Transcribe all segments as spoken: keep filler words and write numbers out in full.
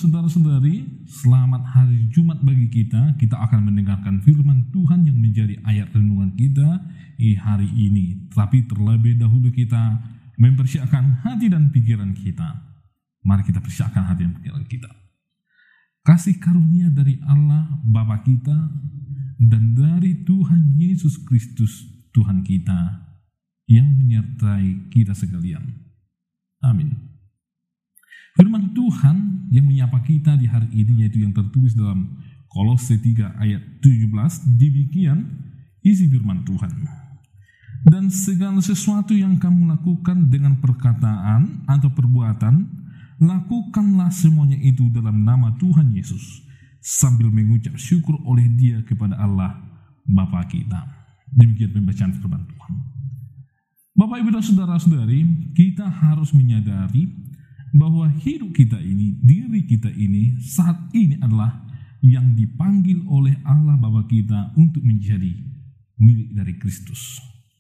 saudara-saudari, selamat hari Jumat bagi kita. Kita akan mendengarkan firman Tuhan yang menjadi ayat renungan kita di hari ini. Tapi terlebih dahulu kita mempersiapkan hati dan pikiran kita. Mari kita persiapkan hati dan pikiran kita. Kasih karunia dari Allah Bapa kita dan dari Tuhan Yesus Kristus Tuhan kita yang menyertai kita sekalian. Amin. Firman Tuhan yang menyapa kita di hari ini yaitu yang tertulis dalam Kolose tiga ayat tujuh belas. Demikian isi firman Tuhan. Dan segala sesuatu yang kamu lakukan dengan perkataan atau perbuatan, lakukanlah semuanya itu dalam nama Tuhan Yesus, sambil mengucap syukur oleh Dia kepada Allah Bapa kita. Demikian pembacaan firman Tuhan. Bapak, Ibu, dan saudara-saudari, kita harus menyadari bahwa hidup kita ini, diri kita ini, saat ini adalah yang dipanggil oleh Allah Bapa kita untuk menjadi milik dari Kristus.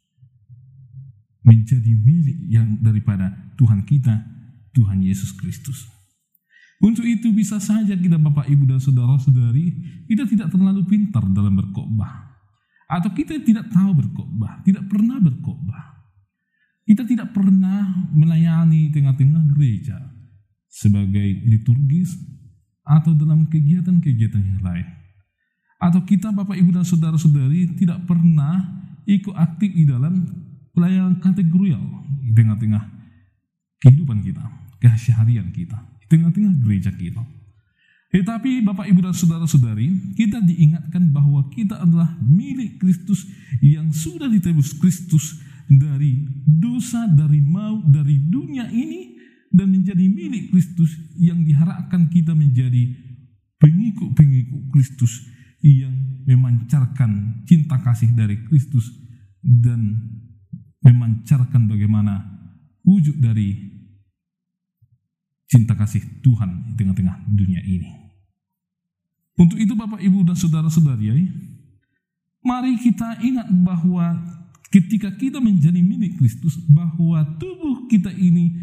Menjadi milik yang daripada Tuhan kita, Tuhan Yesus Kristus. Untuk itu bisa saja kita Bapak, Ibu, dan saudara-saudari, kita tidak terlalu pintar dalam berkhotbah. Atau kita tidak tahu berkhotbah, tidak pernah berkhotbah. Kita tidak pernah melayani tengah-tengah gereja sebagai liturgis atau dalam kegiatan-kegiatan yang lain. Atau kita Bapak, Ibu, dan saudara-saudari tidak pernah ikut aktif di dalam pelayanan kategorial di tengah-tengah kehidupan kita, keseharian kita, di tengah-tengah gereja kita. Tetapi Bapak, Ibu, dan saudara-saudari, kita diingatkan bahwa kita adalah milik Kristus yang sudah ditebus Kristus dari dosa, dari maut, dari dunia ini, dan menjadi milik Kristus yang diharapkan kita menjadi pengikut-pengikut Kristus yang memancarkan cinta kasih dari Kristus dan memancarkan bagaimana wujud dari cinta kasih Tuhan di tengah-tengah dunia ini. Untuk itu Bapak, Ibu, dan saudara-saudari, mari kita ingat bahwa ketika kita menjadi milik Kristus, bahwa tubuh kita ini,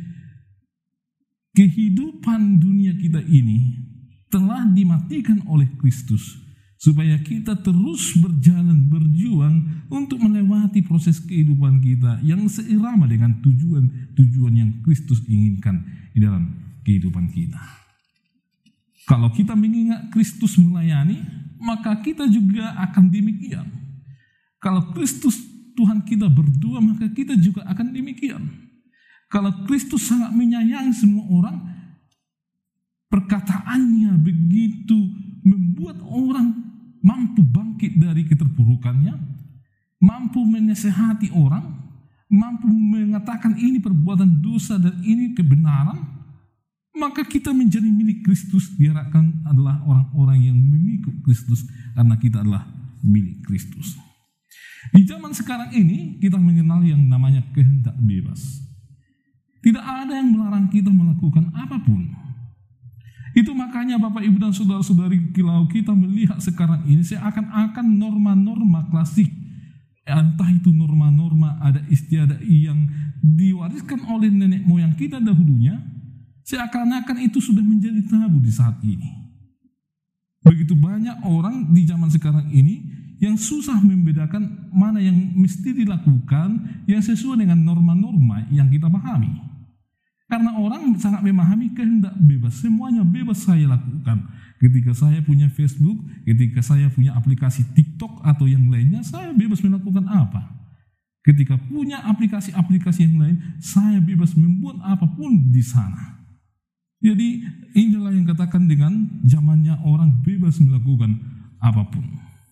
kehidupan dunia kita ini telah dimatikan oleh Kristus, supaya kita terus berjalan, berjuang untuk melewati proses kehidupan kita yang seirama dengan tujuan-tujuan yang Kristus inginkan di dalam kehidupan kita. Kalau kita mengingat Kristus melayani, maka kita juga akan demikian. Kalau Kristus Tuhan kita berdua, maka kita juga akan demikian. Kalau Kristus sangat menyayangi semua orang, perkataannya begitu membuat orang mampu bangkit dari keterpurukannya, mampu menasehati orang, mampu mengatakan ini perbuatan dosa dan ini kebenaran, maka kita menjadi milik Kristus. Diharapkan adalah orang-orang yang mengikut Kristus karena kita adalah milik Kristus. Di zaman sekarang ini kita mengenal yang namanya kehendak bebas. Tidak ada yang melarang kita melakukan apapun. Itu makanya Bapak, Ibu, dan saudara-saudari, kalau kita melihat sekarang ini seakan-akan norma-norma klasik, entah itu norma-norma adat istiadat yang diwariskan oleh nenek moyang kita dahulunya, seakan-akan itu sudah menjadi tabu di saat ini. Begitu banyak orang di zaman sekarang ini yang susah membedakan mana yang mesti dilakukan yang sesuai dengan norma-norma yang kita pahami. Karena orang sangat memahami kehendak bebas, semuanya bebas saya lakukan. Ketika saya punya Facebook, ketika saya punya aplikasi TikTok atau yang lainnya, saya bebas melakukan apa. Ketika punya aplikasi-aplikasi yang lain, saya bebas membuat apapun di sana. Jadi inilah yang katakan dengan zamannya orang bebas melakukan apapun.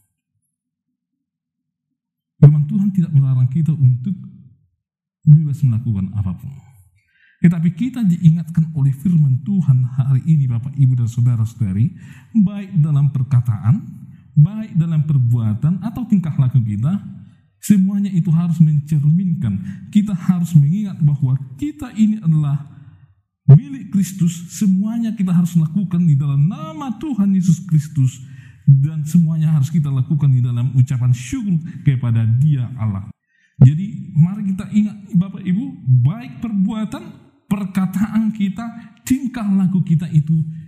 Firman Tuhan tidak melarang kita untuk bebas melakukan apapun. Tetapi kita diingatkan oleh firman Tuhan hari ini Bapak, Ibu, dan saudara-saudari, baik dalam perkataan, baik dalam perbuatan atau tingkah laku kita, semuanya itu harus mencerminkan. Kita harus mengingat bahwa kita ini adalah milik Kristus. Semuanya kita harus lakukan di dalam nama Tuhan Yesus Kristus. Dan semuanya harus kita lakukan di dalam ucapan syukur kepada Dia Allah. Jadi mari kita ingat Bapak Ibu, baik perbuatan, perkataan kita, tingkah laku kita itu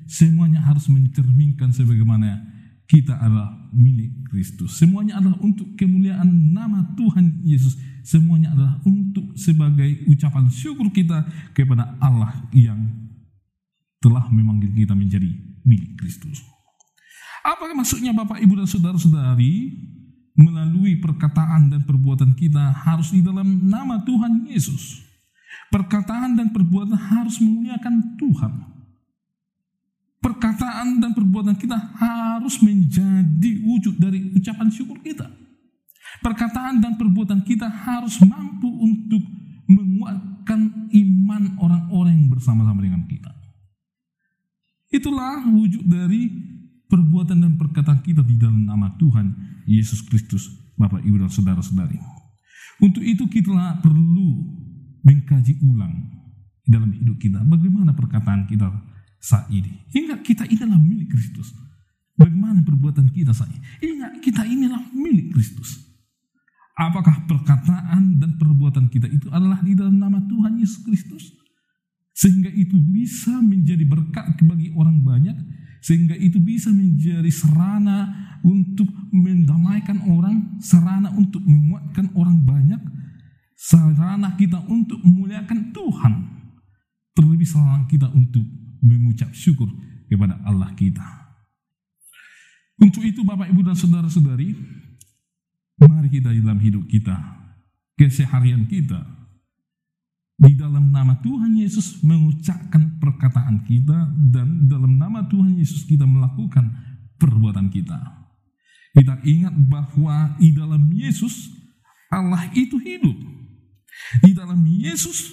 semuanya harus mencerminkan sebagaimana kita adalah milik Kristus. Semuanya adalah untuk kemuliaan nama Tuhan Yesus. Semuanya adalah untuk sebagai ucapan syukur kita kepada Allah yang telah memanggil kita menjadi milik Kristus. Apakah maksudnya Bapak, Ibu, dan saudara-saudari, melalui perkataan dan perbuatan kita harus di dalam nama Tuhan Yesus? Perkataan dan perbuatan harus memuliakan Tuhan. Perkataan dan perbuatan kita harus menjadi wujud dari ucapan syukur kita. Perkataan dan perbuatan kita harus mampu untuk menguatkan iman orang-orang yang bersama-sama dengan kita. Itulah wujud dari perbuatan dan perkataan kita di dalam nama Tuhan Yesus Kristus, Bapak, Ibu, dan saudara-saudari. Untuk itu kita perlu mengkaji ulang dalam hidup kita bagaimana perkataan kita saat ini. Ingat, kita inilah milik Kristus. Bagaimana perbuatan kita saat ini? Ingat, kita inilah milik Kristus. Apakah perkataan dan perbuatan kita itu adalah di dalam nama Tuhan Yesus Kristus? Sehingga itu bisa menjadi berkat bagi orang banyak, sehingga itu bisa menjadi sarana untuk mendamaikan orang, sarana untuk menguatkan orang banyak, sarana kita untuk memuliakan Tuhan, terlebih sarana kita untuk mengucap syukur kepada Allah kita. Untuk itu Bapak, Ibu, dan saudara-saudari, mari kita di dalam hidup kita, keseharian kita, di dalam nama Tuhan Yesus mengucapkan perkataan kita, dan dalam nama Tuhan Yesus kita melakukan perbuatan kita. Kita ingat bahwa di dalam Yesus Allah itu hidup. Di dalam Yesus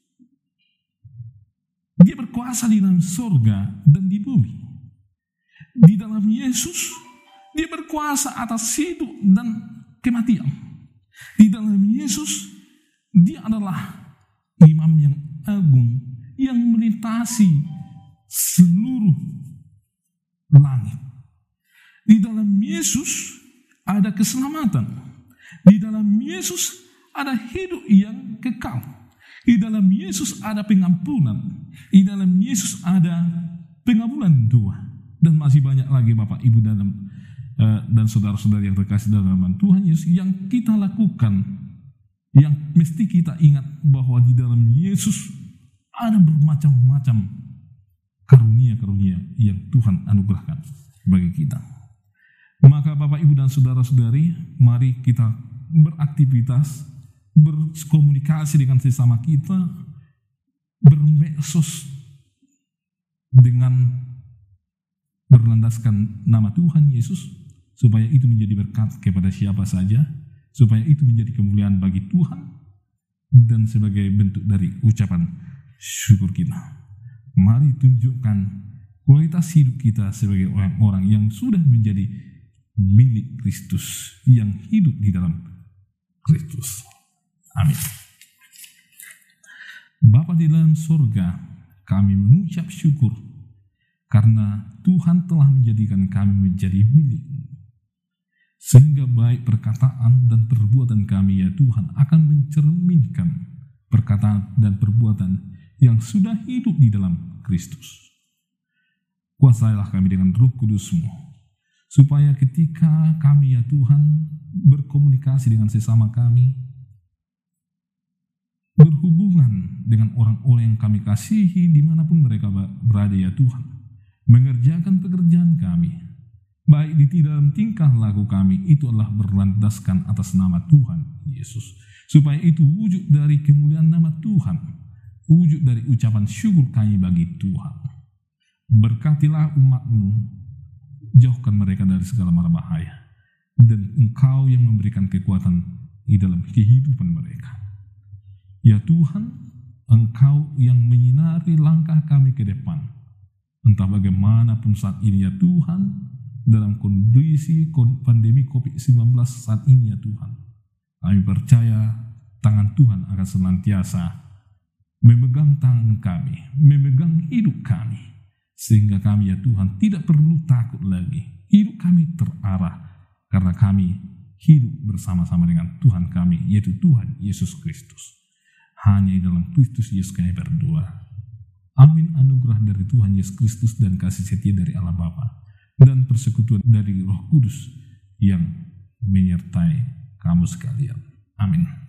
Dia berkuasa di dalam surga dan di bumi. Di dalam Yesus Dia berkuasa atas hidup dan kematian. Di dalam Yesus Dia adalah Imam yang agung yang melintasi seluruh langit. Di dalam Yesus ada keselamatan. Di dalam Yesus ada hidup yang kekal. Di dalam Yesus ada pengampunan. Di dalam Yesus ada pengabulan doa. Dan masih banyak lagi Bapak, Ibu, dalam uh, dan saudara-saudari yang terkasih dalam nama Tuhan Yesus yang kita lakukan, yang mesti kita ingat bahwa di dalam Yesus ada bermacam-macam karunia-karunia yang Tuhan anugerahkan bagi kita. Maka Bapak, Ibu, dan saudara-saudari, mari kita beraktivitas, berkomunikasi dengan sesama kita, bermedsos dengan berlandaskan nama Tuhan Yesus, supaya itu menjadi berkat kepada siapa saja, supaya itu menjadi kemuliaan bagi Tuhan, dan sebagai bentuk dari ucapan syukur kita. Mari tunjukkan kualitas hidup kita sebagai orang-orang yang sudah menjadi milik Kristus, yang hidup di dalam Kristus. Amin. Bapa di dalam surga, kami mengucap syukur karena Tuhan telah menjadikan kami menjadi milik-Mu. Sehingga baik perkataan dan perbuatan kami, ya Tuhan, akan mencerminkan perkataan dan perbuatan yang sudah hidup di dalam Kristus. Kuasailah kami dengan Roh Kudus-Mu, supaya ketika kami, ya Tuhan, berkomunikasi dengan sesama kami, berhubungan dengan orang-orang yang kami kasihi dimanapun mereka berada, ya Tuhan, mengerjakan pekerjaan kami, baik di dalam tingkah laku kami, itu adalah berlandaskan atas nama Tuhan Yesus, supaya itu wujud dari kemuliaan nama Tuhan, wujud dari ucapan syukur kami bagi Tuhan. Berkatilah umat-Mu, jauhkan mereka dari segala mara bahaya, dan Engkau yang memberikan kekuatan di dalam kehidupan mereka. Ya Tuhan, Engkau yang menyinari langkah kami ke depan, entah bagaimanapun saat ini, ya Tuhan, dalam kondisi pandemi covid sembilan belas saat ini, ya Tuhan, kami percaya tangan Tuhan akan senantiasa memegang tangan kami, memegang hidup kami, sehingga kami, ya Tuhan, tidak perlu takut lagi. Hidup kami terarah karena kami hidup bersama-sama dengan Tuhan kami, yaitu Tuhan Yesus Kristus. Hanya dalam Kristus Yesus kami berdoa. Amin. Anugerah dari Tuhan Yesus Kristus dan kasih setia dari Allah Bapa dan persekutuan dari Roh Kudus yang menyertai kamu sekalian. Amin.